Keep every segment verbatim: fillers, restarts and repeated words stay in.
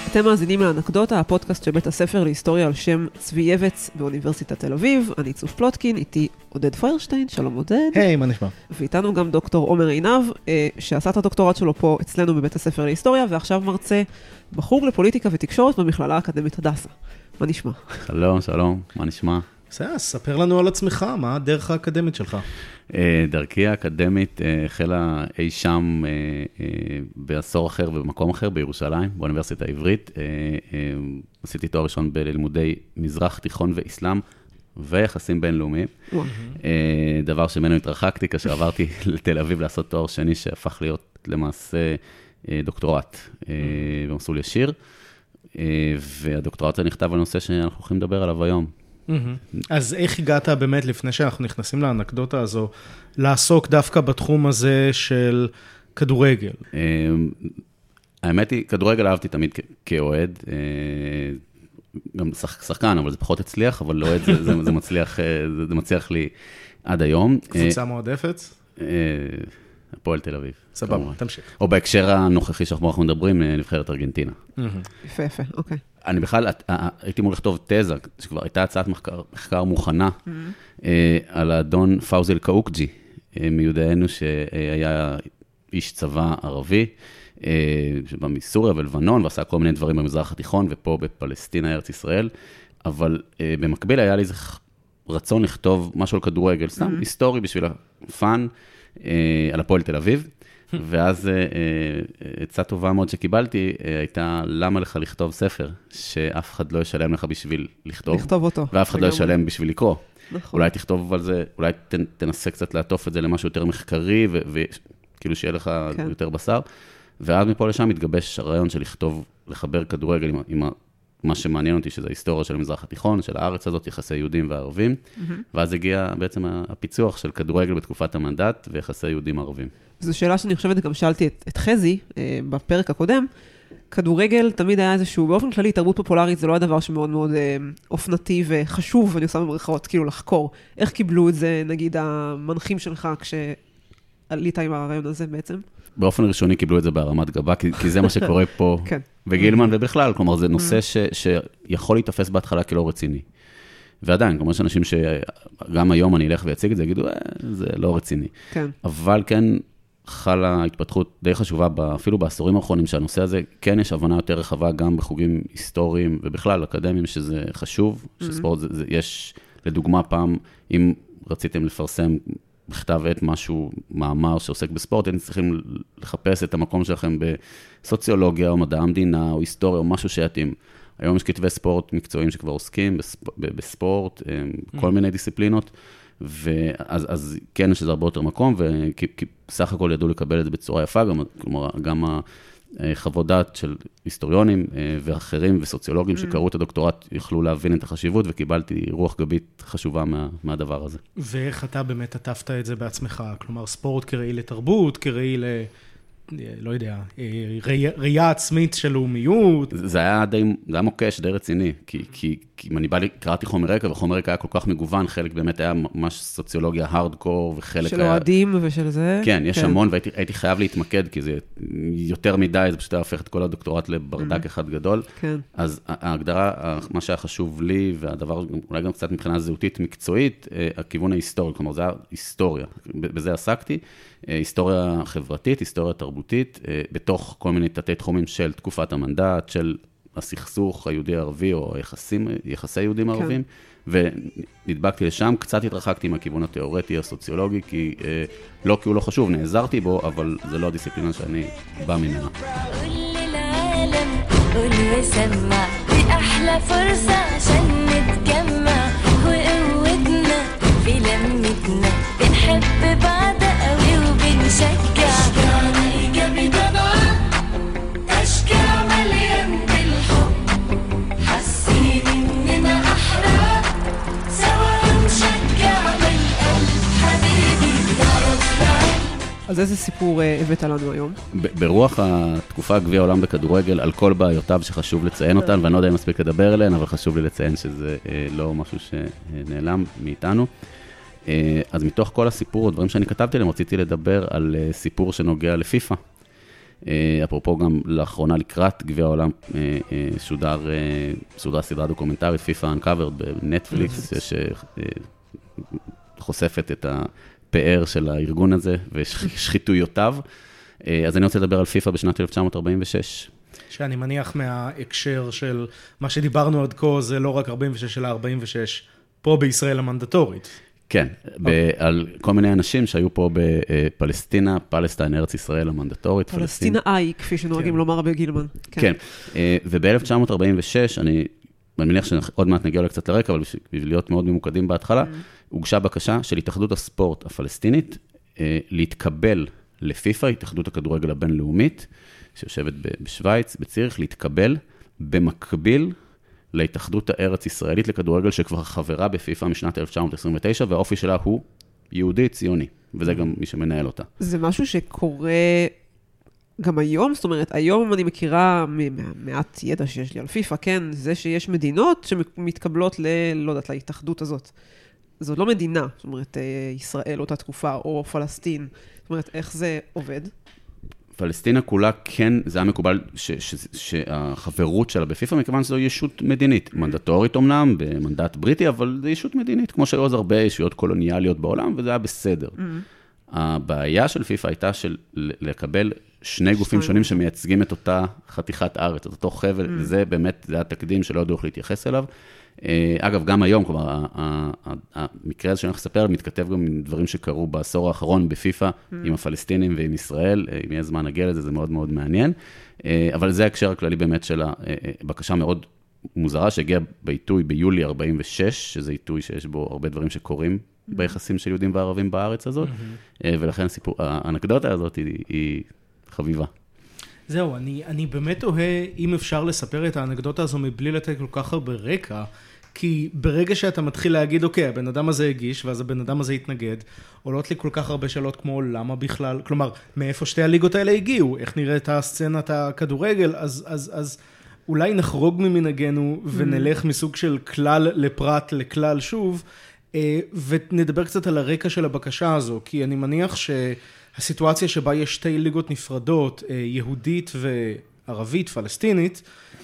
אתם מאזינים לאנקדוטה, הפודקאסט של בית הספר להיסטוריה על שם צבי יבץ באוניברסיטת תל אביב. אני צוף פלוטקין, איתי עודד פיירשטיין, שלום עודד. היי, מה נשמע? ואיתנו גם דוקטור עומר עינב, שעשה את הדוקטורט שלו פה אצלנו בבית הספר להיסטוריה, ועכשיו מרצה בחוג לפוליטיקה ותקשורת במכללה האקדמית הדסה. מה נשמע? שלום, שלום, מה נשמע? בסדר, ספר לנו על עצמך, מה הדרך האקדמית שלך? דרכי האקדמית החלה אי שם בעשור אחר ובמקום אחר בירושלים, באוניברסיטה העברית. עשיתי תואר ראשון בלימודי מזרח תיכון ואסלאם ויחסים בינלאומיים. דבר שמנו התרחקתי כאשר עברתי לתל אביב לעשות תואר שני שהפך להיות למעשה דוקטורט במסלול ישיר. והדוקטורט הזה נכתב על נושא שאנחנו הולכים לדבר עליו היום. אז איך הגעת באמת, לפני שאנחנו נכנסים לאנקדוטה הזו, לעסוק דווקא בתחום הזה של כדורגל? האמת היא, כדורגל אהבתי תמיד כאוהד, גם שחקן, אבל זה פחות הצליח, אבל לא אוהד, זה מצליח, זה מצליח לי עד היום. קבוצה מועדפת? הפועל תל אביב. סבבה, תמשיך. או בהקשר הנוכחי שאנחנו מדברים, נבחרת ארגנטינה. יפה, יפה, אוקיי. אני בכלל, הייתי אמור לכתוב תזה, שכבר הייתה הצעת מחקר, מחקר מוכנה, על האדון פאוזל קאוקג'י, מיודענו שהיה איש צבא ערבי, שבא מסוריה ולבנון, ועשה כל מיני דברים במזרח התיכון, ופה בפלסטינה, ארץ ישראל, אבל במקביל היה לי איזה רצון לכתוב משהו על כדורגל, סתם היסטורי בשביל הפאן, על הפועל תל אביב, ואז עצה טובה מאוד שקיבלתי, הייתה למה לך לכתוב ספר, שאף אחד לא ישלם לך בשביל לכתוב, לכתוב אותו. ואף אחד לא ישלם בשביל לקרוא. נכון. אולי תכתוב על זה, אולי תנסה קצת לעטוף את זה למשהו יותר מחקרי, וכאילו שיהיה לך יותר בשר, ואז מפה לשם מתגבש הרעיון של לכתוב, לחבר כדורגל עם מה שמעניין אותי, שזה ההיסטוריה של המזרח התיכון, של הארץ הזאת, יחסי יהודים וערבים, ואז הגיע בעצם הפיצוח של כדורגל בתקופת המנדט, ויחסי יהודים ערבים. זו שאלה שאני חושבת, גם שאלתי את, את חזי, אה, בפרק הקודם, כדורגל תמיד היה איזשהו, באופן כללי, תרבות פופולרית, זה לא הדבר שמאוד מאוד אה, אופנתי וחשוב, ואני עושה במרכאות, כאילו לחקור. איך קיבלו את זה, נגיד, המנחים שלך, כשעלית עם הרעיון הזה בעצם? באופן ראשוני קיבלו את זה בהרמת גבה, כי, כי זה מה שקורה פה כן. בגילמן ובכלל, כלומר, זה נושא ש, שיכול להתאפס בהתחלה כלא רציני. ועדיין, כלומר, יש אנשים שגם היום אני אלך ויציג את זה, יגידו, אה, זה לא רציני. כן. אבל כן חלה התפתחות די חשובה, אפילו בעשורים האחרונים, שהנושא הזה כן יש הבנה יותר רחבה, גם בחוגים היסטוריים ובכלל אקדמיים, שזה חשוב, שספורט זה, זה, יש, לדוגמה, פעם, אם רציתם לפרסם בכתב עת משהו, מאמר שעוסק בספורט, אתם צריכים לחפש את המקום שלכם בסוציולוגיה, או מדע המדינה, או היסטוריה, או משהו שיתאים. היום יש כתבי ספורט מקצועיים שכבר עוסקים בספורט, כל מיני דיסציפלינות, ואז אז כן יש לזה הרבה יותר מקום, וכסך הכל ידעו לקבל את זה בצורה יפה, גם, כלומר, גם החוות דעת של היסטוריונים ואחרים וסוציולוגים שקראו את הדוקטורט יכלו להבין את החשיבות, וקיבלתי רוח גבית חשובה מה, מהדבר הזה. ואיך אתה באמת עטפת את זה בעצמך? כלומר, ספורט כראי לתרבות, כראי ל... לא יודע, ראייה עצמית של לאומיות. זה היה די, זה היה מוקש, די רציני, כי, כי, כי אם אני בא לי, קראתי חומר רקע, וחומר רקע היה כל כך מגוון, חלק באמת היה ממש סוציולוגיה הארדקור, וחלק של היה... אוהדים ושל זה. כן, יש כן. המון, והייתי הייתי חייב להתמקד, כי זה יותר מדי, זה פשוט היה הופך את כל הדוקטורט לברדק mm-hmm. אחד גדול. כן. אז ההגדרה, מה שהיה חשוב לי, והדבר, אולי גם קצת מבחינה זהותית מקצועית, הכיוון ההיסטורי, כלומר, זה היה היסטוריה. בזה עסקתי. היסטוריה חברתית, היסטוריה תרבותית, בתוך כל מיני תתי תחומים של תקופת המנדט, של הסכסוך היהודי-ערבי, או היחסים, יחסי יהודים ערבים, ונדבקתי לשם, קצת התרחקתי מהכיוון התיאורטי, הסוציולוגי, כי לא כי הוא לא חשוב, נעזרתי בו, אבל זה לא הדיסציפלינה שאני בא ממנה. قول وسمع دي أحلى فرصة عشان نتجمع وقوتنا في لمتنا بنحب بعض قوي وبنشجع أشجعنا إيجابي طبعا أشجع مليان بالحب حاسين إننا أحرار سوا نشجع من قلب حبيبي نعرف نعرف. אז איזה סיפור הבאת לנו היום? ברוח התקופה גביע העולם בכדורגל, על כל בעיותיו שחשוב לציין אותן, ואני לא יודע אם מספיק לדבר אליהן, אבל חשוב לי לציין שזה לא משהו שנעלם מאיתנו. אז מתוך כל הסיפור, הדברים שאני כתבתי להם, רציתי לדבר על סיפור שנוגע לפיפה. אפרופו גם לאחרונה לקראת גביע העולם, שודר, סודרה סדרה דוקומנטרית, פיפה Uncovered בנטפליקס, שחושפת את הפאר של הארגון הזה ושחיתויותיו. אז אני רוצה לדבר על פיפה בשנת אלף תשע מאות ארבעים ושש. שאני מניח מההקשר של מה שדיברנו עד כה, זה לא רק ארבעים ושש אלא ארבעים ושש, פה בישראל המנדטורית. כן, על כל מיני אנשים שהיו פה בפלסטינה, פלסטיין, ארץ ישראל המנדטורית. פלסטינה איי, כפי שנוהגים לומר בגילמן. כן, וב-אלף תשע מאות ארבעים ושש, אני מניח שעוד מעט נגיע קצת לרקע, אבל בשביל להיות מאוד ממוקדים בהתחלה, הוגשה בקשה של התאחדות הספורט הפלסטינית, להתקבל לפיפה, התאחדות הכדורגל הבינלאומית, שיושבת בשוויץ, בציריך, להתקבל במקביל להתאחדות הארץ ישראלית לכדורגל שכבר חברה בפיפה משנת אלף תשע מאות עשרים ותשע, והאופי שלה הוא יהודי ציוני, וזה גם מי שמנהל אותה. זה משהו שקורה גם היום, זאת אומרת, היום אני מכירה מעט ידע שיש לי על פיפה, כן, זה שיש מדינות שמתקבלות ל, לא יודעת, להתאחדות הזאת. זאת לא מדינה, זאת אומרת, ישראל אותה תקופה, או פלסטין, זאת אומרת, איך זה עובד? פלסטינה כולה כן, זה היה מקובל ש, ש, שהחברות שלה בפיפה, מכיוון שזו ישות מדינית, מנדטורית אומנם, במנדט בריטי, אבל זה ישות מדינית, כמו שהיו עוד הרבה ישויות קולוניאליות בעולם, וזה היה בסדר. Mm-hmm. הבעיה של פיפה הייתה של לקבל שני גופים שונים שמייצגים את אותה חתיכת ארץ, את אותו חבל, mm-hmm. וזה באמת, זה התקדים שלא ידעו איך להתייחס אליו. אגב, גם היום, כלומר, המקרה הזה שאני הולך לספר, מתכתב גם עם דברים שקרו בעשור האחרון בפיפה, עם הפלסטינים ועם ישראל, אם יהיה זמן נגיע לזה, זה מאוד מאוד מעניין, אבל זה ההקשר הכללי באמת של הבקשה מאוד מוזרה, שהגיעה בעיתוי ביולי ארבעים ושש, שזה עיתוי שיש בו הרבה דברים שקורים ביחסים של יהודים וערבים בארץ הזאת, ולכן האנקדוטה הזאת היא חביבה. זהו, אני, אני באמת תוהה אם אפשר לספר את האנקדוטה הזו מבלי לתת כל כך הרבה רקע, כי ברגע שאתה מתחיל להגיד, אוקיי, הבן אדם הזה הגיש, ואז הבן אדם הזה התנגד, עולות לי כל כך הרבה שאלות כמו למה בכלל, כלומר, מאיפה שתי הליגות האלה הגיעו, איך נראית הסצנת הכדורגל, אז, אז, אז אולי נחרוג ממנהגנו ונלך מסוג של כלל לפרט לכלל שוב, ונדבר קצת על הרקע של הבקשה הזו, כי אני מניח ש... הסיטואציה שבה יש שתי ליגות נפרדות, יהודית וערבית, פלסטינית,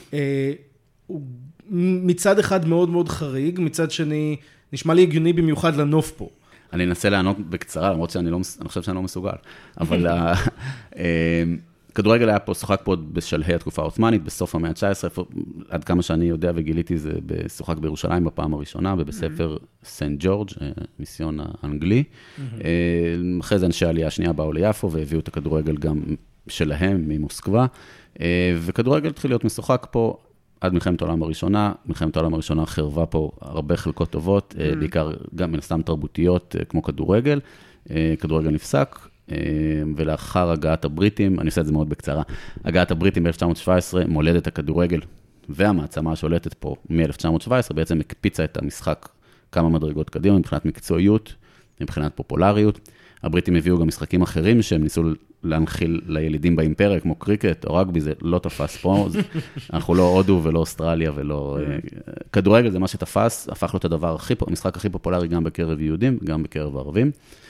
מצד אחד מאוד מאוד חריג, מצד שני נשמע לי הגיוני במיוחד לנוף פה. אני אנסה לענות בקצרה, למרות שאני לא, אני חושב שאני לא מסוגל, אבל כדורגל היה פה, שוחק פה בשלהי התקופה העות'מאנית, בסוף המאה ה-תשע עשרה, עד כמה שאני יודע וגיליתי, זה שוחק בירושלים בפעם הראשונה, ובספר סנט ג'ורג', מיסיון האנגלי. אחרי זה אנשי העלייה השנייה באו ליפו, והביאו את הכדורגל גם שלהם, ממוסקבה, וכדורגל התחיל להיות משוחק פה, עד מלחמת העולם הראשונה. מלחמת העולם הראשונה חרבה פה הרבה חלקות טובות, בעיקר גם מן הסתם תרבותיות, כמו כדורגל. כדורגל נפסק, ולאחר הגעת הבריטים, אני עושה את זה מאוד בקצרה, הגעת הבריטים ב-אלף תשע מאות שבע עשרה, מולדת הכדורגל, והמעצמה השולטת פה מ-אלף תשע מאות שבע עשרה, בעצם הקפיצה את המשחק כמה מדרגות קדימה, מבחינת מקצועיות, מבחינת פופולריות. הבריטים הביאו גם משחקים אחרים, שהם ניסו להנחיל לילידים באימפריה, כמו קריקט או רגבי, זה לא תפס פה, אנחנו לא הודו ולא אוסטרליה ולא... כדורגל זה מה שתפס, הפך לו את הדבר הכי, המשחק הכי פופולרי גם בקרב יהודים, גם בקרב ערבים.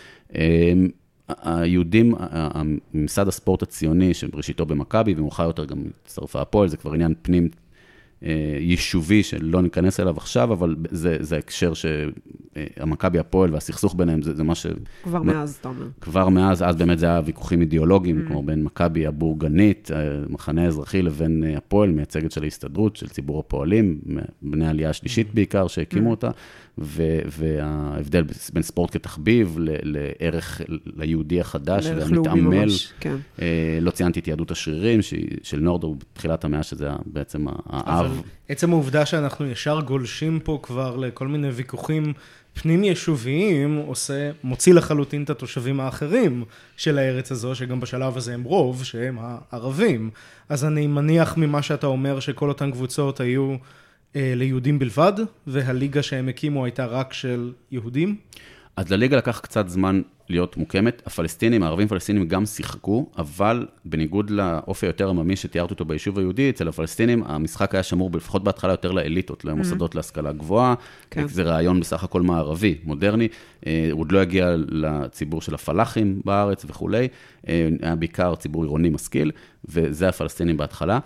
היהודים, ממסד הספורט הציוני, שבראשיתו במכבי, ומאוחר יותר גם הצטרפה הפועל, זה כבר עניין פנים יישובי, שלא ניכנס אליו עכשיו, אבל זה, זה הקשר שהמכבי הפועל והסכסוך ביניהם, זה, זה מה ש... כבר מאז, אתה אומר. כבר מאז, אז באמת זה היה ויכוחים אידיאולוגיים, כמו בין מכבי הבורגנית, מחנה האזרחי, לבין הפועל, מייצגת של ההסתדרות, של ציבור הפועלים, בני העלייה השלישית בעיקר, שהקימו אותה, וההבדל בין ספורט כתחביב לערך ליהודי החדש והמתעמל. לא ציינתי את יהדות השרירים של נורדו בתחילת המאה, שזה בעצם האב. עצם העובדה שאנחנו ישר גולשים פה כבר לכל מיני ויכוחים פנים יישוביים, עושה, מוציא לחלוטין את התושבים האחרים של הארץ הזו, שגם בשלב הזה הם רוב, שהם הערבים. אז אני מניח ממה שאתה אומר שכל אותן קבוצות היו ליהודים בלבד, והליגה שהם הקימו הייתה רק של יהודים? אז לליגה לקח קצת זמן להיות מוקמת. הפלסטינים, הערבים פלסטינים גם שיחקו, אבל בניגוד לאופי יותר עממי שתיארת אותו ביישוב היהודי, אצל הפלסטינים המשחק היה שמור לפחות בהתחלה יותר לאליטות, למוסדות להשכלה גבוהה. כן. זה רעיון בסך הכל מערבי, מודרני. הוא עוד לא הגיע לציבור של הפלאחים בארץ וכו'. היה בעיקר ציבור עירוני משכיל, וזה הפלסטינים בהתחלה.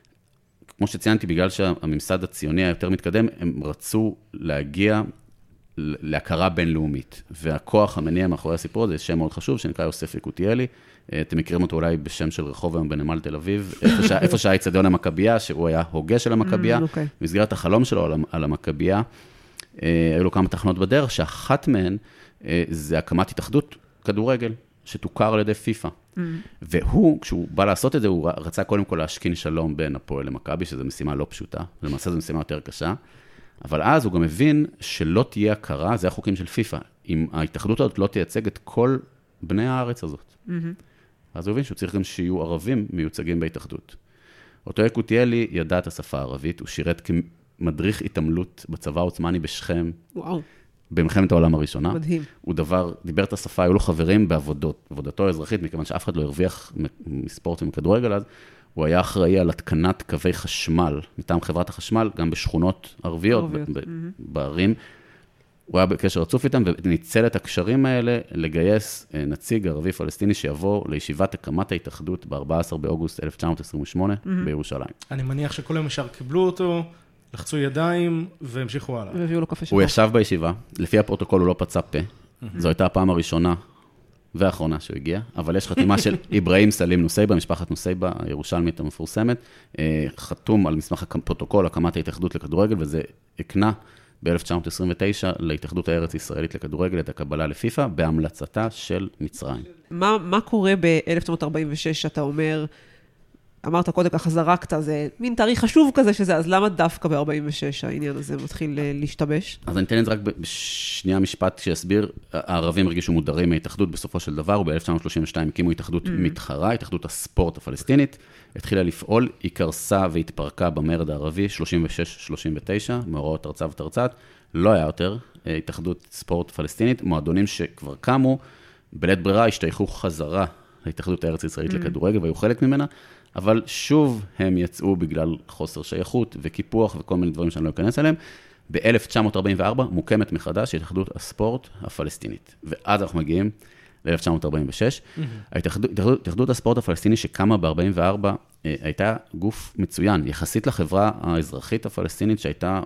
כמו שציינתי, בגלל שהממסד הציוני היה יותר מתקדם, הם רצו להגיע להכרה בינלאומית, והכוח המניע מאחורי הסיפור הזה, שם מאוד חשוב, שנקרא יוסף יקותיאלי, אתם מכירים אותו אולי בשם של רחוב היום בנמל תל אביב, איפה שהיה אצטדיון המכבייה, שהוא היה הוגה של המכבייה, במסגרת החלום שלו על המכבייה, היו לו כמה תחנות בדרך, שאחת מהן זה הקמת התאחדות כדורגל, שתוכר על ידי פיפה. והוא, כשהוא בא לעשות את זה, הוא רצה קודם כל להשכין שלום בין הפועל למכבי, שזו משימה לא פשוטה, ולמעשה זו משימה יותר קשה, אבל אז הוא גם מבין שלא תהיה הכרה, זה החוקים של פיפה, אם ההתאחדות הזאת לא תייצג את כל בני הארץ הזאת. אז הוא מבין שהוא צריך גם שיהיו ערבים מיוצגים בהתאחדות. אותו יקותיאלי ידע את השפה הערבית, הוא שירת כמדריך התעמלות בצבא העות'מאני בשכם, וואו. במלחמת העולם הראשונה. מדהים. הוא דבר, דיבר את השפה, היו לו חברים בעבודות, עבודתו האזרחית, מכיוון שאף אחד לא הרוויח מספורט ומכדורגל אז, הוא היה אחראי על התקנת קווי חשמל, מטעם חברת החשמל, גם בשכונות ערביות, בערים. הוא היה בקשר רצוף איתם, וניצל את הקשרים האלה לגייס נציג ערבי פלסטיני שיבוא לישיבת הקמת ההתאחדות ב-ארבעה עשר באוגוסט אלף תשע מאות עשרים ושמונה בירושלים. אני מניח שכל היום ישר קיבלו אותו, לחצו ידיים והמשיכו הלאה. והביאו לו קפה שבוע. הוא ישב בישיבה, לפי הפרוטוקול הוא לא פצע פה, זו הייתה הפעם הראשונה והאחרונה שהוא הגיע, אבל יש חתימה של אברהים סלים נוסייבה, משפחת נוסייבה, הירושלמית המפורסמת, חתום על מסמך הפרוטוקול, הקמת ההתאחדות לכדורגל, וזה הקנה ב-אלף תשע מאות עשרים ותשע להתאחדות הארץ-ישראלית לכדורגל את הקבלה לפיפה, בהמלצתה של מצרים. מה, מה קורה ב-אלף תשע מאות ארבעים ושש, שאתה אומר, אמרת קודם ככה זרקת, זה מין תאריך חשוב כזה שזה, אז למה דווקא ב-ארבעים ושש העניין הזה מתחיל להשתבש? אז אני אתן את זה רק בשנייה משפט שיסביר, הערבים הרגישו מודרים מההתאחדות בסופו של דבר, וב-אלף תשע מאות שלושים ושתיים הקימו התאחדות מתחרה, התאחדות הספורט הפלסטינית, התחילה לפעול, היא קרסה והתפרקה במרד הערבי, שלושים ושש שלושים ותשע, מאורעות ארצה ותרצת, לא היה יותר התאחדות ספורט פלסטינית, מועדונים שכבר קמו, בלית ברירה השתייכו חזרה להתאחדות הארץ-ישראלית לכדורגל, והיו חלק ממנה, אבל שוב הם יצאו בגלל חוסר שייכות וקיפוח וכל מיני דברים שאני לא אכנס אליהם. ב-אלף תשע מאות ארבעים וארבע מוקמת מחדש התאחדות הספורט הפלסטינית. ואז אנחנו מגיעים ל-אלף תשע מאות ארבעים ושש. התאחדות הספורט הפלסטיני שקמה ב-ארבעים וארבע הייתה גוף מצוין, יחסית לחברה האזרחית הפלסטינית שהייתה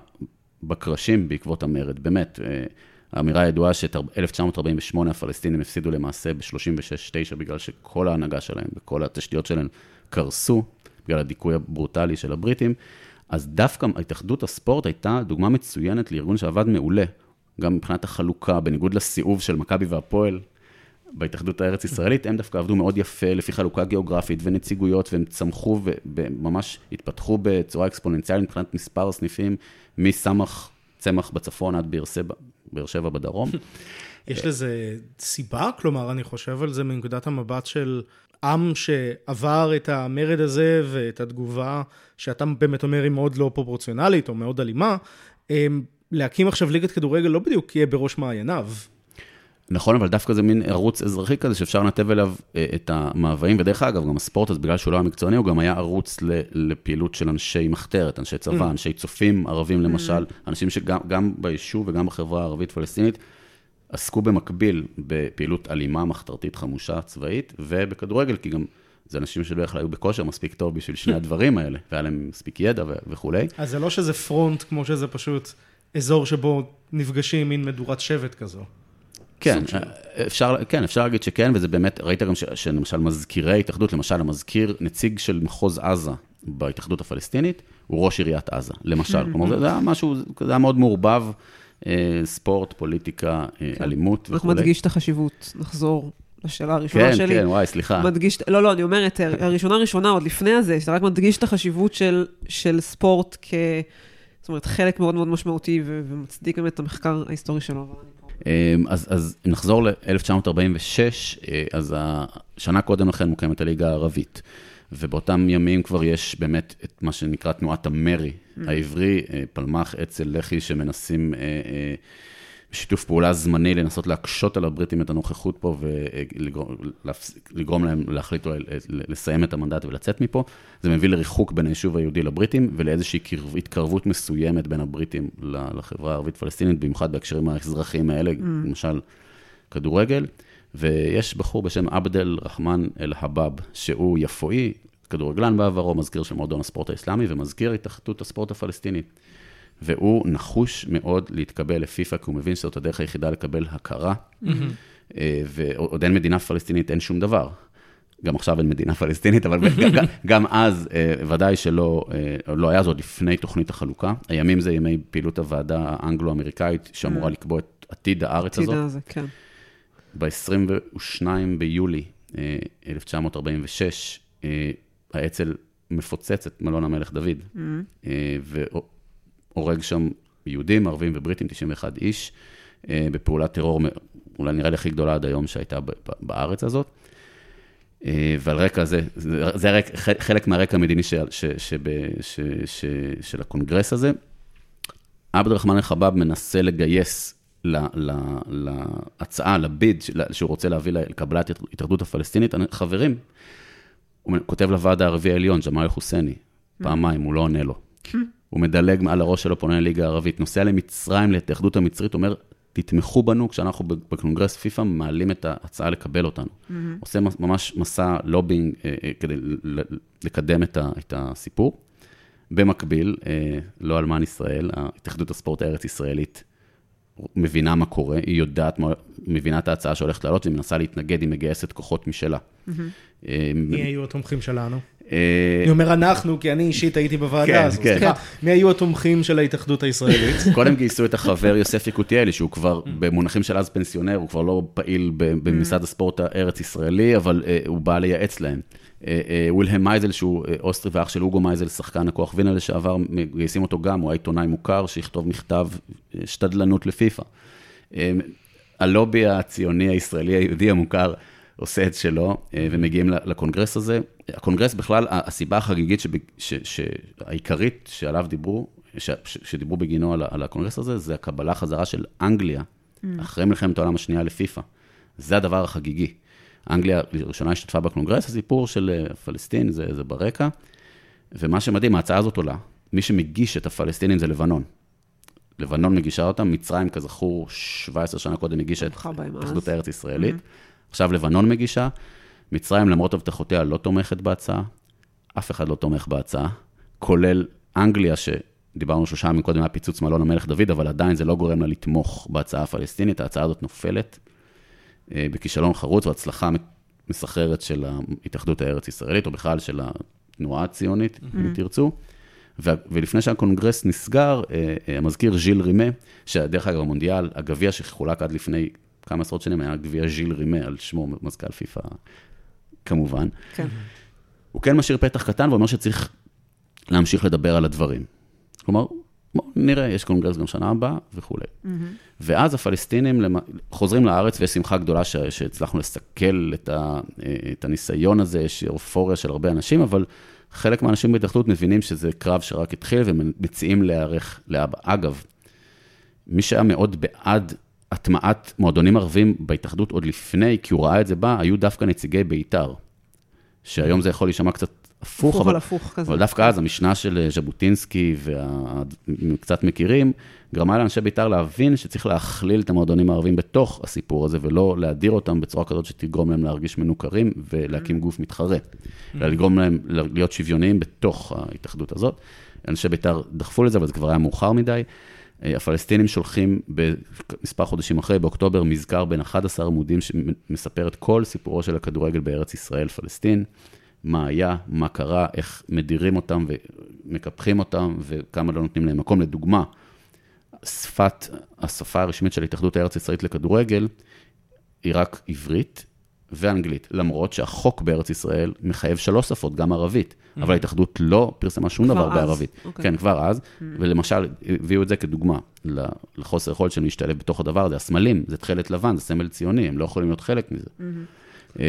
בקרשים בעקבות המרד. באמת, האמירה הידועה ש-אלף תשע מאות ארבעים ושמונה הפלסטינים הפסידו למעשה ב-שלושים ושש תשע בגלל שכל ההנהגה שלהם וכל התשתיות שלהם קרסו, בגלל הדיכוי הברוטלי של הבריטים, אז דווקא התאחדות הספורט הייתה דוגמה מצוינת לארגון שעבד מעולה, גם מבחינת החלוקה, בניגוד לסיאוב של מכבי והפועל, בהתאחדות הארץ-ישראלית, הם דווקא עבדו מאוד יפה לפי חלוקה גיאוגרפית ונציגויות, והם צמחו וממש התפתחו בצורה אקספוננציאלית מבחינת מספר סניפים, מסמך צמח בצפון עד באר שבע בדרום. יש לזה סיבה? כלומר, אני חושב על זה מנקודת המבט של עם שעבר את המרד הזה ואת התגובה שאתה באמת אומר היא מאוד לא פרופורציונלית או מאוד אלימה, להקים עכשיו ליגת כדורגל לא בדיוק יהיה בראש מעייניו. נכון, אבל דווקא זה מין ערוץ אזרחי כזה שאפשר לנתב אליו את המאוויים, ודרך אגב, גם הספורט, אז בגלל שהוא לא היה מקצועני, הוא גם היה ערוץ לפעילות של אנשי מחתרת, אנשי צבא, אנשי צופים ערבים למשל, אנשים שגם ביישוב וגם בחברה הערבית פלסטינית, עסקו במקביל בפעילות אלימה, מחתרתית, חמושה, צבאית, ובכדורגל, כי גם זה אנשים שבדרך כלל היו בכושר מספיק טוב בשביל שני הדברים האלה, והיה להם מספיק ידע וכו'. אז זה לא שזה פרונט, כמו שזה פשוט אזור שבו נפגשים מין מדורת שבט כזו. כן, אפשר, כן, אפשר להגיד שכן, וזה באמת, ראית גם שלמשל מזכירי התאחדות, למשל המזכיר, נציג של מחוז עזה בהתאחדות הפלסטינית, הוא ראש עיריית עזה, למשל. כלומר, זה היה משהו, זה היה מאוד מעורבב, ספורט, פוליטיקה, אלימות וכו'. רק מדגיש את החשיבות, נחזור לשאלה הראשונה שלי. כן, כן, וואי, סליחה. מדגיש, לא, לא, אני אומרת, הראשונה הראשונה, עוד לפני הזה, שאתה רק מדגיש את החשיבות של, של ספורט כ... זאת אומרת, חלק מאוד מאוד משמעותי, ומצדיק גם את המחקר ההיסטורי שלו. אז, אז אם נחזור ל-אלף תשע מאות ארבעים ושש, אז השנה קודם לכן מוקמת הליגה הערבית, ובאותם ימים כבר יש באמת את מה שנקרא תנועת המרי, העברי, פלמח, אצל לחי, שמנסים בשיתוף פעולה זמני לנסות להקשות על הבריטים את הנוכחות פה, ולגרום להם להחליט לסיים את המנדט ולצאת מפה. זה מביא לריחוק בין היישוב היהודי לבריטים, ולאיזושהי התקרבות מסוימת בין הבריטים לחברה הערבית-פלסטינית, במיוחד בהקשרים האזרחיים האלה, למשל כדורגל. ויש בחור בשם עבדל רחמן אל-חבאב, שהוא יפואי, כדורגלן בעברו, מזכיר של מועדון הספורט האסלאמי, ומזכיר התאחדות הספורט הפלסטינית. והוא נחוש מאוד להתקבל לפיפה, כי הוא מבין שזאת הדרך היחידה לקבל הכרה, ועוד אין מדינה פלסטינית, אין שום דבר. גם עכשיו אין מדינה פלסטינית, אבל גם אז ודאי שלא לא היה זאת לפני תוכנית החלוקה. הימים זה ימי פעילות הוועדה האנגלו-אמריקאית, שאמורה לקבוע את עתיד הארץ הזאת. עתיד הזה, כן. ב-עשרים ושניים ביולי אלף תשע מאות ארבעים ושש, האצ"ל מפוצץ את מלון המלך דוד, והורג שם יהודים, ערבים ובריטים, תשעים ואחד איש, בפעולת טרור, אולי נראה לי הכי גדולה עד היום שהייתה בארץ הזאת. ועל רקע הזה, זה חלק מהרקע המדיני של הקונגרס הזה. עבד רחמן אל-חבאב מנסה לגייס להצעה, לביד, שהוא רוצה להביא לקבלת התאחדות הפלסטינית, חברים, הוא כותב לוועד הערבי העליון, ג'מאל חוסייני, פעמיים, הוא לא עונה לו. הוא מדלג מעל הראש שלו, פונה לליגה הערבית, נוסע למצרים, להתאחדות המצרית, אומר, תתמכו בנו, כשאנחנו בקונגרס פיפה, מעלים את ההצעה לקבל אותנו. עושה ממש מסע לובינג, כדי לקדם את הסיפור. במקביל, לא אלמן ישראל, התאחדות הספורט הארץ ישראלית, מבינה מה קורה, היא יודעת, מבינה את ההצעה שהולכת לעלות, והיא מנסה להתנגד, היא מגייסת כוחות משלה. מי היו התומכים שלנו? אני אומר אנחנו, כי אני אישית הייתי בוועדה הזו. סליחה, מי היו התומכים של ההתאחדות הישראלית? קודם גייסו את החבר יוסף יקותיאלי, שהוא כבר, במונחים של אז פנסיונר, הוא כבר לא פעיל במשרד הספורט הארץ ישראלי, אבל הוא בא לייעץ להם. ווילהם מייזל, שהוא אוסטרי ואח של אוגו מייזל, שחקן הכוח וינה לשעבר, מגייסים אותו גם, הוא היה עיתונאי מוכר, שיכתוב מכתב שתדלנות לפיפה. הלובי הציוני הישראלי היהודי המוכר, עושה את שלו, ומגיעים לקונגרס הזה. הקונגרס בכלל, הסיבה החגיגית העיקרית שעליו דיברו, שדיברו בגינו על הקונגרס הזה, זה הקבלה חזרה של אנגליה, אחרי מלחמת העולם השנייה לפיפה. זה הדבר החגיגי. אנגליה לראשונה השתתפה בקונגרס, הסיפור של פלסטין, זה, זה ברקע, ומה שמדהים, ההצעה הזאת עולה, מי שמגיש את הפלסטינים זה לבנון. לבנון מגישה אותם, מצרים כזכור שבע עשרה שנה קודם מגישה את התאחדות הארץ ישראלית, עכשיו לבנון מגישה, מצרים למרות הבטחותיה לא תומכת בהצעה, אף אחד לא תומך בהצעה, כולל אנגליה שדיברנו שלושה ימים קודם היה פיצוץ מלון המלך דוד, אבל עדיין זה לא גורם לה לתמוך בהצעה הפלסטינית, ההצעה הזאת נופלת בכישלון חרוץ והצלחה מסחררת של ההתאחדות הארץ ישראלית, או בכלל של התנועה הציונית, אם תרצו. ולפני שהקונגרס נסגר, המזכיר ז'יל רימה, שדרך אגב המונדיאל, הגביע שחולק עד לפני כמה עשרות שנים, היה גביע ז'יל רימה, על שמו מזכ"ל פיפה, כמובן. כן. הוא כן משאיר פתח קטן, ואומר שצריך להמשיך לדבר על הדברים. כלומר, בואו נראה, יש קונגרס גם שנה הבאה וכו'. ואז הפלסטינים חוזרים לארץ, ויש שמחה גדולה שהצלחנו לסכל את הניסיון הזה, יש אופוריה של הרבה אנשים, אבל חלק מהאנשים בהתאחדות מבינים שזה קרב שרק התחיל, ומציעים להיערך לאבא. אגב, מי שהיה מאוד בעד הטמעת מועדונים ערבים בהתאחדות עוד לפני, כי הוא ראה את זה בא, היו דווקא נציגי בית"ר, שהיום זה יכול להישמע קצת הפוך, הפוך אבל, הפוך כזה. אבל דווקא אז המשנה של ז'בוטינסקי וקצת מכירים, גרמה לאנשי בית"ר להבין שצריך להכליל את המועדונים הערבים בתוך הסיפור הזה, ולא להדיר אותם בצורה כזאת שתגרום להם להרגיש מנוכרים ולהקים גוף מתחרה, אלא לגרום להם להיות שוויוניים בתוך ההתאחדות הזאת. אנשי בית"ר דחפו לזה, אבל זה כבר היה מאוחר מדי. הפלסטינים שולחים במספר חודשים אחרי, באוקטובר, מזכר בין אחד עשר עמודים שמספר את כל סיפורו של הכדורגל בארץ ישראל, פלסטין, מה היה, מה קרה, איך מדירים אותם ומקפחים אותם, וכמה לא נותנים להם מקום. לדוגמה, שפת, השפה הרשמית של התאחדות הארץ ישראלית לכדורגל, היא רק עברית ואנגלית, למרות שהחוק בארץ ישראל מחייב שלוש שפות, גם ערבית, mm-hmm. אבל ההתאחדות לא פרסמה שום דבר אז. בערבית. Okay. כן, כבר אז, mm-hmm. ולמשל, הביאו את זה כדוגמה, לחוסר יכולת של להשתלב בתוך הדבר הזה, הסמלים, זה תכלת לבן, זה סמל ציוני, הם לא יכולים להיות חלק מזה. Mm-hmm.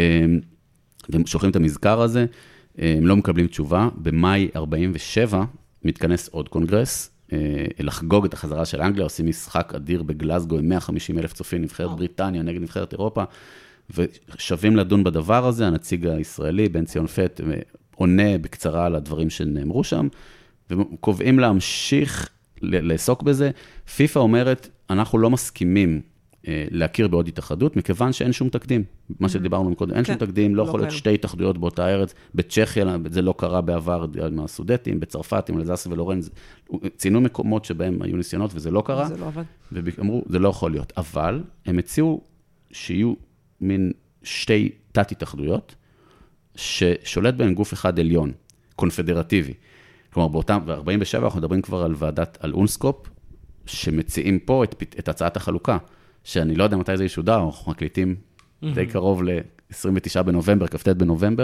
והם שולחים את המזכר הזה, הם לא מקבלים תשובה, במאי ארבעים ושבע מתכנס עוד קונגרס, לחגוג את החזרה של אנגליה, עושים משחק אדיר בגלסגו עם מאה וחמישים אלף צופים, נבחרת בריטניה נגד נבחרת אירופה, ושווים לדון בדבר הזה, הנציג הישראלי, בן ציון פט, עונה בקצרה על הדברים שנאמרו שם, וקובעים להמשיך לעסוק בזה. פיפ"א אומרת, אנחנו לא מסכימים להכיר בעוד התאחדות, מכיוון שאין שום תקדים. מה שדיברנו מקודם, אין שום תקדים, לא יכול להיות שתי התאחדויות באותה ארץ, בצ'כיה, זה לא קרה בעבר מהסודטים, בצרפת, עם אלזס ולורן, ציינו מקומות שבהם היו ניסיונות, וזה לא קרה. זה לא עבד. ואמרו, זה לא יכול להיות. אבל הם הציעו שיהיו מין שתי תת-התאחדויות, ששולט בהן גוף אחד עליון, קונפדרטיבי. כלומר, באותם, ב-ארבעים ושבע אנחנו מדברים כבר על ועדת, על אונסקופ, שמציעים פה את, את הצעת החלוקה, שאני לא יודע מתי זה ישודר, אנחנו מקליטים די קרוב ל-עשרים ותשעה בנובמבר, כ"ט בנובמבר,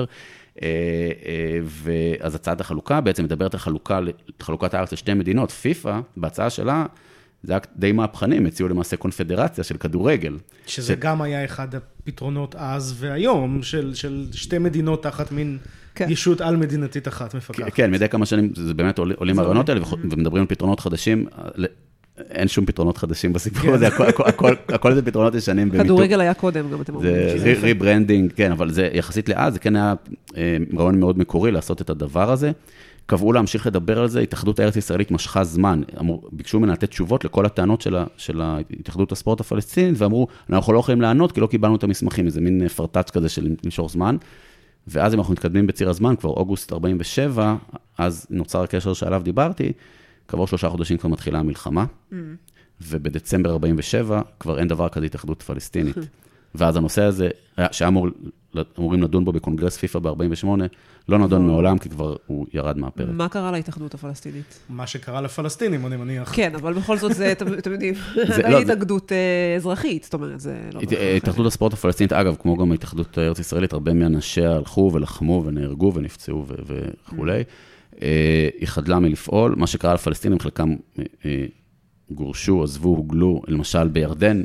ואז הצעת החלוקה בעצם מדברת על חלוקה, חלוקת הארץ לשתי מדינות. פיפ"א, בהצעה שלה, זה היה די מהפכנים, הציעו למעשה קונפדרציה של כדורגל. שזה ש... גם היה אחד הפתרונות אז והיום, של, של שתי מדינות תחת מין כן. ישות על מדינתית אחת מפקחת. כן, מדי כמה שנים, זה באמת עולים הרעיונות האלה, ומדברים על פטרונות חדשים, אין שום פתרונות חדשים בסיפור הזה, הכל זה פתרונות ישנים. כדורגל היה קודם, גם אתם אומרים. זה ריברנדינג, כן, אבל זה יחסית לאט, זה כן היה רעיון מאוד מקורי לעשות את הדבר הזה. קבעו להמשיך לדבר על זה, התאחדות הארץ ישראלית משכה זמן, ביקשו ממנה לתת תשובות לכל הטענות של התאחדות הספורט הפלסטינית, ואמרו, אנחנו לא יכולים לענות, כי לא קיבלנו את המסמכים, איזה מין פרטאץ' כזה של למשוך זמן, ואז אם אנחנו מתקדמים בציר הזמן, כבר אוגוסט ארבעים ושבע, אז נוצר הקשר שעליו דיברתי, כעבור שלושה חודשים כבר מתחילה המלחמה, ובדצמבר ארבעים ושבע כבר אין דבר כזה התאחדות פלסטינית. ואז הנושא הזה, שאמורים לדון בו בקונגרס פיפ"א ב-ארבעים ושמונה, לא נדון מעולם, כי כבר הוא ירד מהפרק. מה קרה להתאחדות הפלסטינית? מה שקרה לפלסטינים, אני מניח. כן, אבל בכל זאת זה, אתם יודעים, זה לא התאגדות אזרחית, זאת אומרת, זה לא... התאחדות הספורט הפלסטינית, אגב, כמו גם ההתאחדות הארץ ישראלית, הרבה מאנשיה הלכו ולחמו ונהרגו ונפצעו וכולי. היא חדלה מלפעול, מה שקרה לפלסטינים, חלקם גורשו, עזבו, הוגלו, למשל בירדן,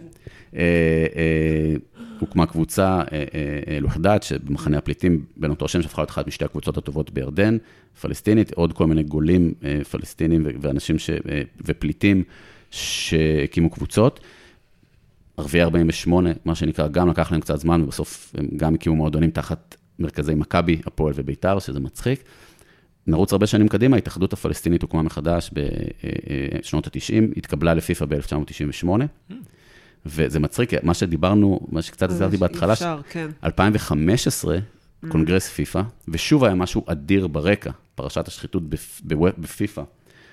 הוקמה קבוצה לוחדת, שבמחנה הפליטים בין אותו שם, שהפכה להיות אחת משתי הקבוצות הטובות בירדן, פלסטינית, עוד כל מיני גולים פלסטינים ואנשים ש... ופליטים שהקימו קבוצות. ערביי ארבעים ושמונה, מה שנקרא, גם לקח להם קצת זמן, ובסוף הם גם הקימו מועדונים תחת מרכזי מכבי, הפועל וביתר, שזה מצחיק. נרוץ הרבה שנים קדימה, ההתאחדות הפלסטינית הוקמה מחדש בשנות ה-תשעים, התקבלה לפיפ"א ב-אלף תשע מאות תשעים ושמונה, וזה מצחיק, מה שדיברנו, מה שקצת הזכרתי בהתחלה, אלפיים וחמש עשרה, קונגרס פיפ"א, ושוב היה משהו אדיר ברקע, פרשת השחיתות בפיפ"א,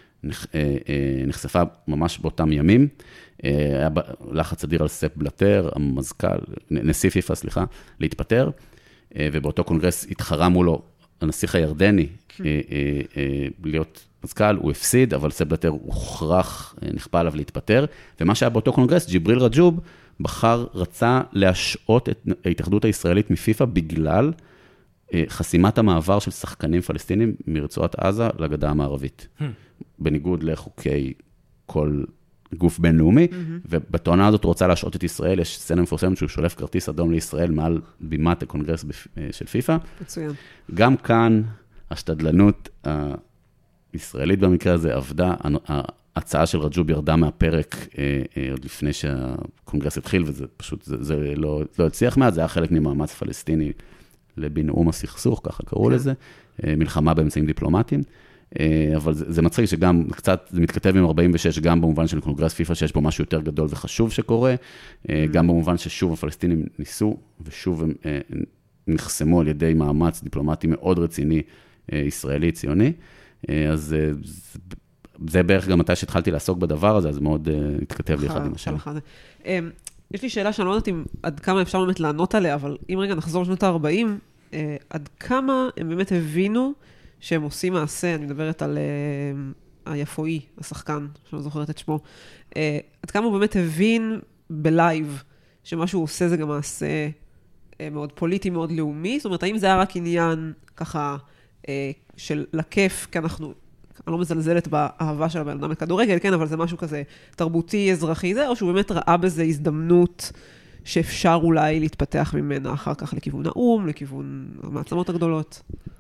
נחשפה ממש באותם ימים, היה לחץ אדיר על ספ בלטר, המזכ"ל, נשיא פיפ"א, סליחה, להתפטר, ובאותו קונגרס התחרה מולו הנסיך הירדני להיות מזכ"ל, הוא הפסיד, אבל ספ בלטר הוכרח, נכפה עליו להתפטר, ומה שהיה באותו קונגרס, ג'יבריל רג'וב, בחר, רצה להשעות את ההתאחדות הישראלית מפיפ"א, בגלל חסימת המעבר של שחקנים פלסטינים מרצועת עזה לגדה המערבית. בניגוד לחוקי כל גוף בינלאומי, ובתואנה הזאת הוא רוצה להשעות את ישראל, יש סצנה מפורסמת שהוא שולף כרטיס אדום לישראל מעל בימת הקונגרס של פיפ"א. מצוין. גם כאן השתדלנות הישראלית במקרה הזה עבדה, ההצעה של רג'וב ירדה מהפרק עוד לפני שהקונגרס התחיל, וזה פשוט, זה לא הצליח מעט, זה היה חלק ממאמץ פלסטיני לבינאום הסכסוך, ככה קראו לזה, מלחמה באמצעים דיפלומטיים. אבל זה, זה מצחיק שגם קצת, זה מתכתב עם ארבעים ושש, גם במובן של קונגרס פיפ"א, שיש בו משהו יותר גדול וחשוב שקורה, גם במובן ששוב הפלסטינים ניסו, ושוב הם נחסמו על ידי מאמץ דיפלומטי מאוד רציני, ישראלי, ציוני, אז זה, זה בערך גם מתי שהתחלתי לעסוק בדבר הזה, אז מאוד התכתב לי אחד עם השם. יש לי שאלה שאני לא יודעת אם עד כמה אפשר באמת לענות עליה, אבל אם רגע נחזור לשנות ה-ארבעים, עד כמה הם באמת הבינו שהם עושים מעשה, אני מדברת על uh, היפואי, השחקן, שאני לא זוכרת את שמו, uh, עד כמה הוא באמת הבין בלייב, שמה שהוא עושה זה גם מעשה uh, מאוד פוליטי, מאוד לאומי, זאת אומרת, האם זה היה רק עניין ככה uh, של לכיף, כי אנחנו, אני לא מזלזלת באהבה של הבן אדם לכדורגל, כן, אבל זה משהו כזה תרבותי, אזרחי זה, או שהוא באמת ראה בזה הזדמנות שאפשר אולי להתפתח ממנה אחר כך לכיוון האום, לכיוון המעצמות הגדולות.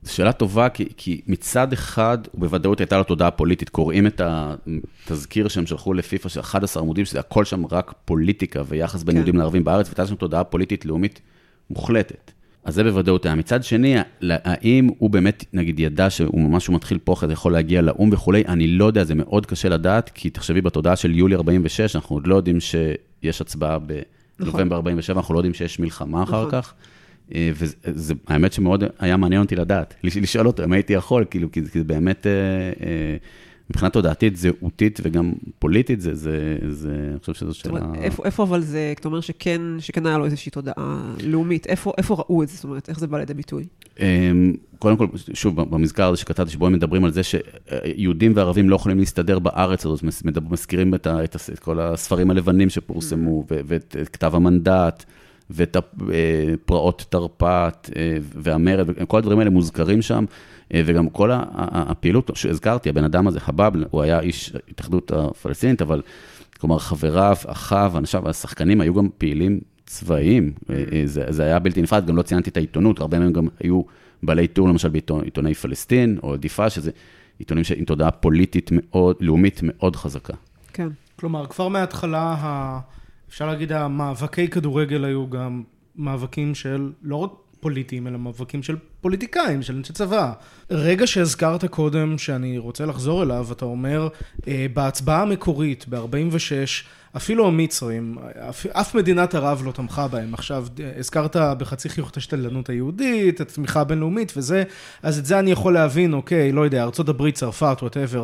זו שאלה טובה, כי, כי מצד אחד, ובוודאות הייתה לו תודעה פוליטית, קוראים את התזכיר שהם שלחו לפיפה, של אחד עשר עמודים, שזה הכל שם רק פוליטיקה, ויחס בין יהודים לערבים בארץ, והייתה שם תודעה פוליטית לאומית מוחלטת. אז זה בוודאות היה. מצד שני, האם הוא באמת, נגיד, ידע שהוא ממש מתחיל פה, זה יכול להגיע לאום וכולי, אני לא יודע, זה מאוד קשה לדעת, כי תחשבי בתודעה של יולי ארבעים ושש, אנחנו עוד לא יודעים שיש הצבעה בנובמבר ארבעים ושבע, אנחנו לא יודעים שיש מלחמה אחר כך, והאמת שמאוד היה מעניין אותי לדעת, לשאול אותו, אם הייתי יכול, כאילו, כי זה באמת, מבחינת תודעתית, זהותית וגם פוליטית, זה, זה, זה, אני חושב שזו שאלה... איפה, איפה אבל זה, אתה אומר שכן, שכן היה לו איזושהי תודעה לאומית, איפה, איפה ראו את זה, זאת אומרת, איך זה בא לידי ביטוי? קודם כל, שוב, במזכר הזה שכתבתי, שבו הם מדברים על זה שיהודים וערבים לא יכולים להסתדר בארץ הזאת, מזכירים את, את, את כל הספרים הלבנים שפורסמו, ואת כתב המנדט, ואת הפרעות תרפ"ט, והמרד, וכל הדברים האלה מוזכרים שם, וגם כל הפעילות שהזכרתי, הבן אדם הזה, חבאב, הוא היה איש התאחדות הפלסטינית, אבל כלומר חבריו, אחיו, אנשיו, השחקנים היו גם פעילים צבאיים, זה, זה היה בלתי נפרד, גם לא ציינתי את העיתונות, הרבה מהם גם היו בעלי טור, למשל בעיתוני פלסטין, או דיפה, שזה עיתונים עם תודעה פוליטית מאוד, לאומית מאוד חזקה. כן. כלומר, כבר מההתחלה, אפשר להגיד, המאבקי כדורגל היו גם מאבקים של לא רק פוליטיים, אלא מאבקים של פוליטיקאים, של אנשי צבא. רגע שהזכרת קודם, שאני רוצה לחזור אליו, אתה אומר, בהצבעה המקורית, ב-ארבעים ושש, אפילו המצרים, אף, אף מדינת ערב לא תמכה בהם. עכשיו, הזכרת בחצי חיוך את השתלטנות היהודית, את התמיכה הבינלאומית וזה, אז את זה אני יכול להבין, אוקיי, לא יודע, ארצות הברית, צרפת, whatever.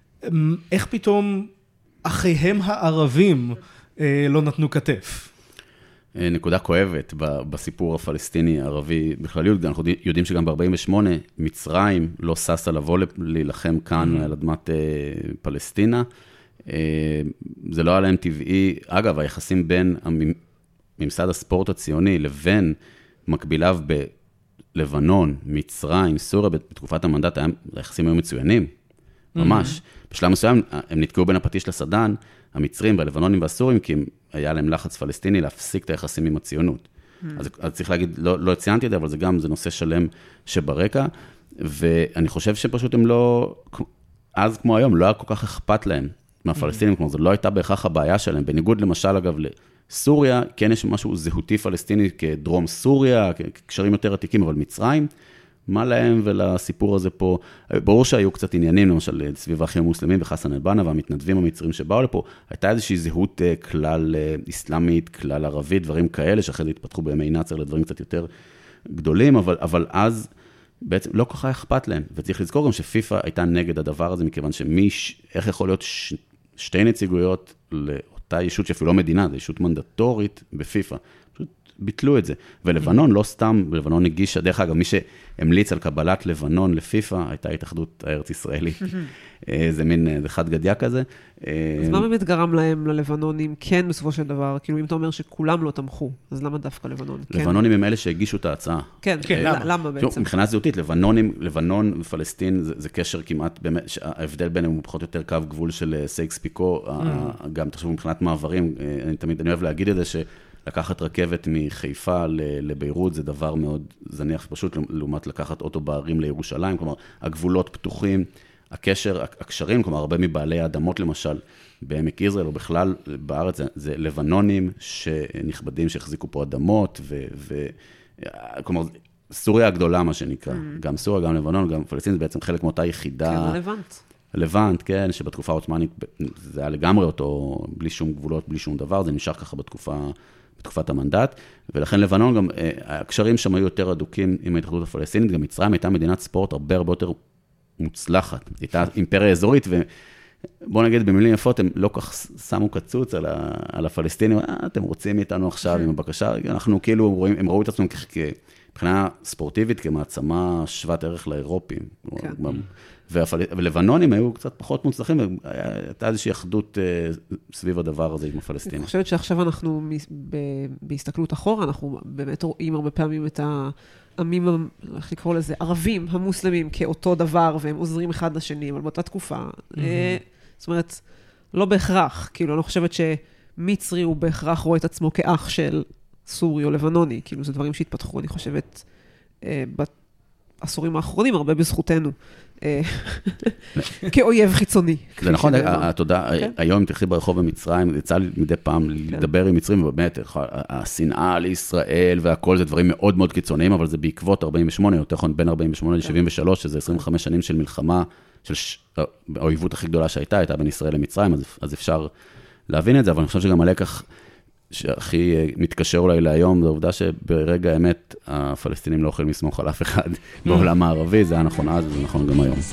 איך פתאום אחיהם הערבים לא נתנו כתף? נקודה כואבת בסיפור הפלסטיני-ערבי בכלליות, אנחנו יודעים שגם ב-ארבעים ושמונה מצרים לא ססה לבוא להילחם כאן על אדמת פלסטינה, זה לא היה להם טבעי, אגב, היחסים בין ממסד הספורט הציוני לבין מקביליו בלבנון, מצרים, סוריה, בתקופת המנדט, היחסים היו מצוינים, ממש. בשלב מסוים הם נתקעו בין הפטיש לסדן, המצרים והלבנונים והסורים, כי היה להם לחץ פלסטיני להפסיק את היחסים עם הציונות. אז, אז צריך להגיד, לא, לא ציינתי את זה, אבל זה גם, זה נושא שלם שברקע, ואני חושב שפשוט הם לא, אז כמו היום, לא היה כל כך אכפת להם מהפלסטינים, כלומר, זו לא הייתה בהכרח הבעיה שלהם, בניגוד למשל, אגב, לסוריה, כן יש משהו זהותי פלסטיני כדרום סוריה, קשרים יותר עתיקים, אבל מצרים, מה להם ולסיפור הזה פה, ברור שהיו קצת עניינים, למשל, סביב האחים המוסלמים וחסן אל-בנה והמתנדבים המצרים שבאו לפה, הייתה איזושהי זהות כלל אסלאמית, כלל ערבית, דברים כאלה, שאחרי זה התפתחו בימי נאצר לדברים קצת יותר גדולים, אבל, אבל אז בעצם לא כל כך אכפת להם, וצריך לזכור גם שפיפה הייתה נגד הדבר הזה, מכיוון שמי, איך יכול להיות ש, שתי נציגויות לאותה ישות, שאפילו לא מדינה, זו ישות מנדטורית בפיפה, ביטלו את זה. ולבנון לא סתם, לבנון הגישה, דרך אגב, מי שהמליץ על קבלת לבנון לפיפה, הייתה התאחדות הארץ ישראלית. זה מין חד גדיה כזה. אז מה באמת גרם להם ללבנונים, כן בסופו של דבר, כאילו אם אתה אומר שכולם לא תמכו, אז למה דווקא לבנון? לבנונים הם אלה שהגישו את ההצעה. כן, למה בעצם? מבחינה זהותית, לבנונים, לבנון ופלסטין, זה קשר כמעט, ההבדל ביניהם הוא פחות או יותר קו גבול של סייקס פיקו, גם תחשבו מבחינת מעברים, אני תמיד, אני אוהב להגיד את זה, ש לקחת רכבת מחיפה לביירות זה דבר מאוד זניח פשוט, לעומת לקחת אוטו בערים לירושלים, כלומר, הגבולות פתוחים, הקשר, הקשרים, כלומר, הרבה מבעלי האדמות למשל, בעמק יזרעאל, או בכלל בארץ, זה, זה לבנונים שנכבדים שהחזיקו פה אדמות, ו, ו, כלומר, סוריה הגדולה, מה שנקרא, mm. גם סוריה, גם לבנון, גם פלסטין, זה בעצם חלק מאותה יחידה. כן, לבנט. לבנט, כן, שבתקופה העות'מאנית זה היה לגמרי אותו, בלי שום גבולות, בלי שום דבר, זה נשאר ככה בתקופה, בתקופת המנדט, ולכן לבנון גם, הקשרים שם היו יותר אדוקים עם ההתאחדות הפלסטינית, גם מצרים הייתה מדינת ספורט הרבה הרבה יותר מוצלחת, הייתה אימפריה אזורית, ובוא נגיד במילים יפות, הם לא כך שמו קצוץ על, ה, על הפלסטינים, אה, אתם רוצים מאיתנו עכשיו עם הבקשה, אנחנו כאילו רואים, הם ראו את עצמם מבחינה ספורטיבית כמעצמה שוות ערך לאירופים, כן. ולבנונים היו קצת פחות מוצלחים, הייתה איזושהי אחדות סביב הדבר הזה עם הפלסטינים. אני חושבת שעכשיו אנחנו, בהסתכלות אחורה, אנחנו באמת רואים הרבה פעמים את העמים, איך לקרוא לזה, ערבים, המוסלמים, כאותו דבר, והם עוזרים אחד לשני, אבל באותה תקופה, זאת אומרת, לא בהכרח, כאילו, אני לא חושבת שמצרי הוא בהכרח רואה את עצמו כאח של סורי או לבנוני, כאילו, זה דברים שהתפתחו, אני חושבת, בעשורים האחרונים, הרבה בזכותנו, כאויב חיצוני. זה נכון, התודה, היום אם תלכי ברחוב במצרים, יצא לי מדי פעם לדבר עם מצרים, ובאמת, השנאה לישראל והכל זה דברים מאוד מאוד קיצוניים, אבל זה בעקבות ארבעים ושמונה, יותר נכון בין ארבעים ושמונה ל-שבעים ושלוש, שזה עשרים וחמש שנים של מלחמה, של האויבות הכי גדולה שהייתה, הייתה בין ישראל למצרים, אז אפשר להבין את זה, אבל אני חושב שגם הלקח שהכי מתקשר אולי להיום, זו העובדה שברגע האמת, הפלסטינים לא יכולים לסמוך על אף אחד בעולם הערבי, זה היה נכון אז, וזה נכון גם היום.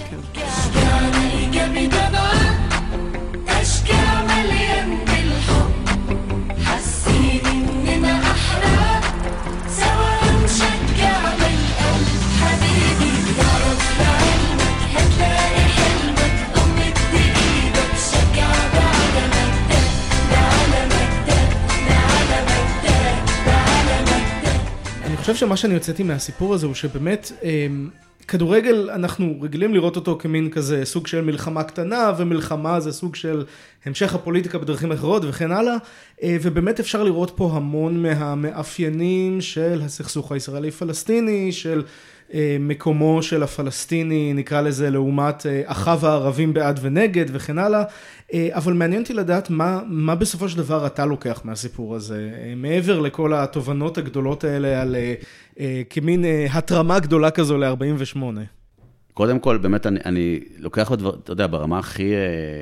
אני חושב שמה שאני יוצאתי מהסיפור הזה הוא שבאמת כדורגל אנחנו רגילים לראות אותו כמין כזה סוג של מלחמה קטנה, ומלחמה זה סוג של המשך הפוליטיקה בדרכים אחרות וכן הלאה, ובאמת אפשר לראות פה המון מהמאפיינים של הסכסוך הישראלי-פלסטיני, של מקומו של הפלסטיני, נקרא לזה, לעומת אחיו הערבים בעד ונגד וכן הלאה, אבל מעניין אותי לדעת מה, מה בסופו של דבר אתה לוקח מהסיפור הזה, מעבר לכל התובנות הגדולות האלה על כמין התרמה גדולה כזו ל-ארבעים ושמונה. קודם כל, באמת אני, אני לוקח בדבר, אתה יודע, ברמה הכי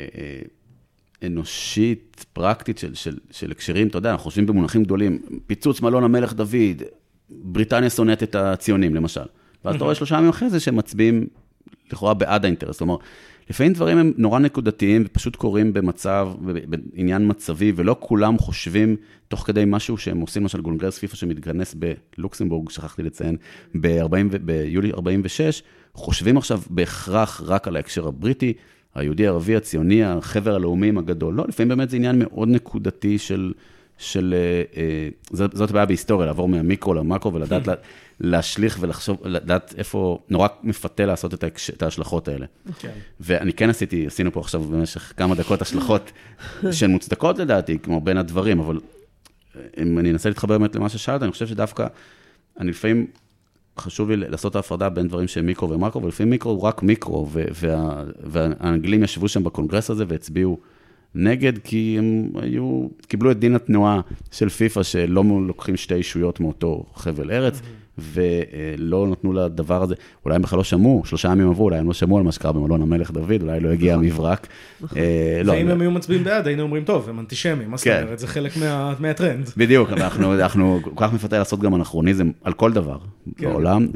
אנושית, פרקטית של, של, של הקשרים, אתה יודע, אנחנו חושבים במונחים גדולים, פיצוץ מלון המלך דוד, בריטניה שונאת את הציונים, למשל. ואז אתה רואה שלושה ימים אחרי זה שמצביעים לכאורה בעד האינטרס. זאת אומרת, לפעמים דברים הם נורא נקודתיים ופשוט קורים במצב, בעניין מצבי, ולא כולם חושבים תוך כדי משהו שהם עושים, למשל קונגרס פיפה שמתכנס בלוקסמבורג, שכחתי לציין, ביולי ארבעים ושש, חושבים עכשיו בהכרח רק על ההקשר הבריטי, היהודי, הערבי, הציוני, החבר הלאומיים הגדול. לא, לפעמים באמת זה עניין מאוד נקודתי של, של, זאת בעיה בהיסטוריה, לעבור מהמיקרו למקרו ולדעת להשליך ולחשוב, לדעת איפה נורא מפתה לעשות את ההשלכות האלה. ואני כן עשיתי, עשינו פה עכשיו במשך כמה דקות השלכות שהן מוצדקות לדעתי, כמו בין הדברים, אבל אם אני אנסה להתחבר באמת למה ששאלת, אני חושב שדווקא, אני לפעמים חשוב לי לעשות ההפרדה בין דברים שהם מיקרו ומקרו, ולפעמים מיקרו הוא רק מיקרו, והאנגלים ישבו שם בקונגרס הזה והצביעו נגד, כי הם היו, קיבלו את דין התנועה של פיפה, שלא לוקחים שתי אישויות מאותו חבל ארץ, ולא נתנו לדבר הזה, אולי הם בכלל לא שמעו, שלושה ימים עברו, אולי הם לא שמעו על מה שקרה במלון המלך דוד, אולי לא הגיע המברק. ואם הם היו מצביעים בעד, היינו אומרים, טוב, הם אנטישמים, מה זאת אומרת, זה חלק מהטרנד. בדיוק, אנחנו כל כך מפתה לעשות גם אנכרוניזם על כל דבר בעולם,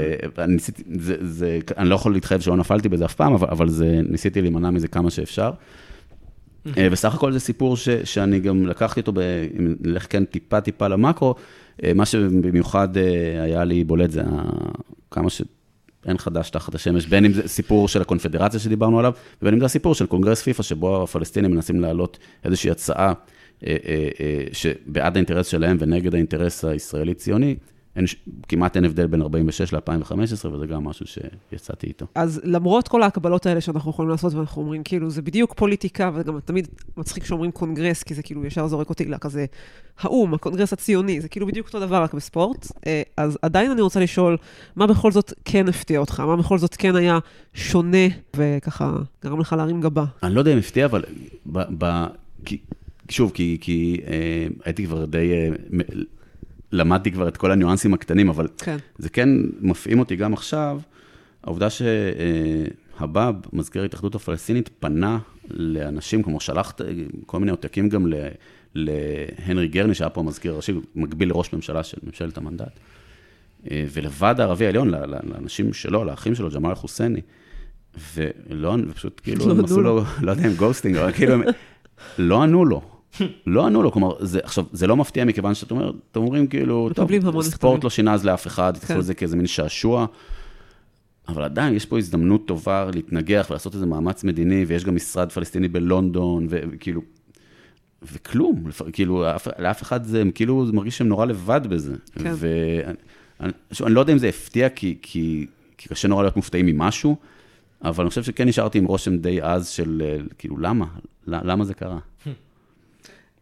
ואני לא יכול להתחייב שלא נפלתי בזה אף פעם, אבל ניסיתי להימנע מזה כמה שאפשר. וסך הכל זה סיפור שאני גם לקחתי אותו, אם נלך כן טיפה טיפה למקרו, מה שבמיוחד היה לי בולט זה כמה שאין חדש תחת השמש, בין אם זה סיפור של הקונפדרציה שדיברנו עליו, ובין אם זה הסיפור של קונגרס פיפה, שבו הפלסטינים מנסים להעלות איזושהי הצעה שבעד האינטרס שלהם ונגד האינטרס הישראלי-ציוני, אין, כמעט אין הבדל בין ארבעים ושש ל-אלפיים וחמש עשרה, וזה גם משהו שיצאתי איתו. אז למרות כל ההקבלות האלה שאנחנו יכולים לעשות, ואנחנו אומרים, כאילו, זה בדיוק פוליטיקה, וגם תמיד מצחיק שאומרים קונגרס, כי זה כאילו ישר זורק אותי לכזה, האום, הקונגרס הציוני, זה כאילו בדיוק אותו דבר, רק בספורט. אז עדיין אני רוצה לשאול, מה בכל זאת כן הפתיע אותך? מה בכל זאת כן היה שונה, וככה גרם לך להרים גבה? אני לא יודע אם הפתיע, אבל ב, ב, כי, שוב, כי, כי אה, הייתי כבר די... אה, למדתי כבר את כל הניואנסים הקטנים, אבל כן. זה כן מפעים אותי גם עכשיו, העובדה שהבאב, מזכיר ההתאחדות הפלסטינית, פנה לאנשים, כמו שלח כל מיני עותקים גם להנרי גרני, שהיה פה מזכיר ראשי, מקביל לראש ממשלה של ממשלת המנדט, ולוועד הערבי העליון, לאנשים שלו, לאחים שלו, ג'מאל חוסייני, ולא, ופשוט כאילו, הם עשו לו, לא יודע אם גוסטינג, אבל כאילו, לא ענו לו. לא ענו לו, כלומר, זה, עכשיו, זה לא מפתיע מכיוון שאתם אומר, אתם אומרים כאילו, טוב, ספורט לא שינה אז לאף אחד, תתחילו את זה כאיזה מין שעשוע, אבל עדיין יש פה הזדמנות טובה להתנגח ולעשות איזה מאמץ מדיני, ויש גם משרד פלסטיני בלונדון, וכאילו, וכלום, כאילו, לאף אחד זה, כאילו, זה מרגיש שהם נורא לבד בזה. ואני לא יודע אם זה הפתיע, כי, כי, כי קשה נורא להיות מופתעים ממשהו, אבל אני חושב שכן נשארתי עם רושם די אז של, כאילו, למה? למה זה קרה?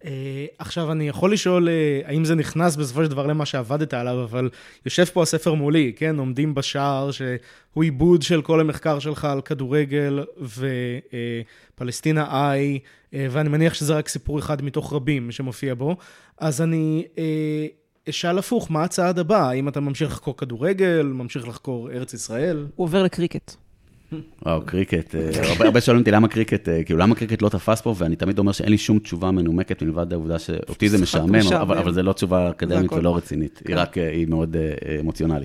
עכשיו, אני יכול לשאול האם זה נכנס בסופו של דבר למה שעבדת עליו, אבל יושב פה הספר מולי, כן? עומדים בשער שהוא עיבוד של כל המחקר שלך על כדורגל ופלסטינה איי, ואני מניח שזה רק סיפור אחד מתוך רבים שמופיע בו. אז אני אשאל הפוך, מה הצעד הבא? האם אתה ממשיך לחקור כדורגל, ממשיך לחקור ארץ ישראל? הוא עובר לקריקט. וואו, קריקט, הרבה שואלים אותי למה קריקט, כאילו למה קריקט לא תפס פה, ואני תמיד אומר שאין לי שום תשובה מנומקת מלבד העובדה שאותי זה משעמם, אבל זה לא תשובה אקדמית ולא רצינית, היא רק, היא מאוד אמוציונלית.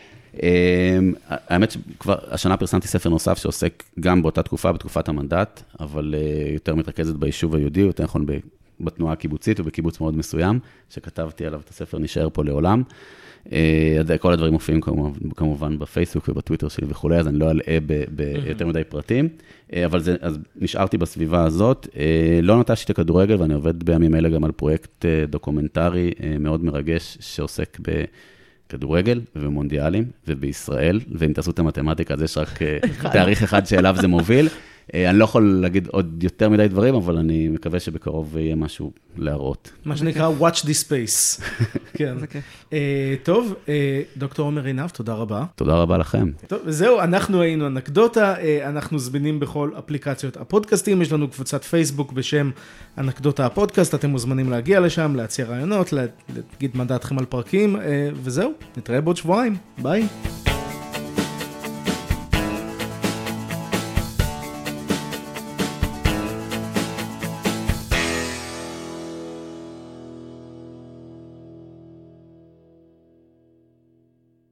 האמת שכבר השנה פרסמתי ספר נוסף שעוסק גם באותה תקופה, בתקופת המנדט, אבל יותר מתרכזת ביישוב היהודי, יותר נכון בתנועה הקיבוצית ובקיבוץ מאוד מסוים, שכתבתי עליו את הספר נשאר פה לעולם. כל הדברים מופיעים כמובן בפייסבוק ובטוויטר שלי וכו', אז אני לא אלאה ביותר מדי פרטים, אבל אז נשארתי בסביבה הזאת, לא נטשתי את הכדורגל, ואני עובד בימים אלה גם על פרויקט דוקומנטרי מאוד מרגש, שעוסק בכדורגל ובמונדיאלים ובישראל, ואם תעשו את המתמטיקה, אז יש רק תאריך אחד שאליו זה מוביל. אני לא יכול להגיד עוד יותר מדי דברים, אבל אני מקווה שבקרוב יהיה משהו להראות. מה שנקרא watch this space. כן. טוב, דוקטור עומר עינב, תודה רבה. תודה רבה לכם. טוב, וזהו, אנחנו היינו אנקדוטה, אנחנו זמינים בכל אפליקציות הפודקאסטים, יש לנו קבוצת פייסבוק בשם אנקדוטה הפודקאסט, אתם מוזמנים להגיע לשם, להציע רעיונות, להגיד מה דעתכם על פרקים, וזהו, נתראה בעוד שבועיים, ביי.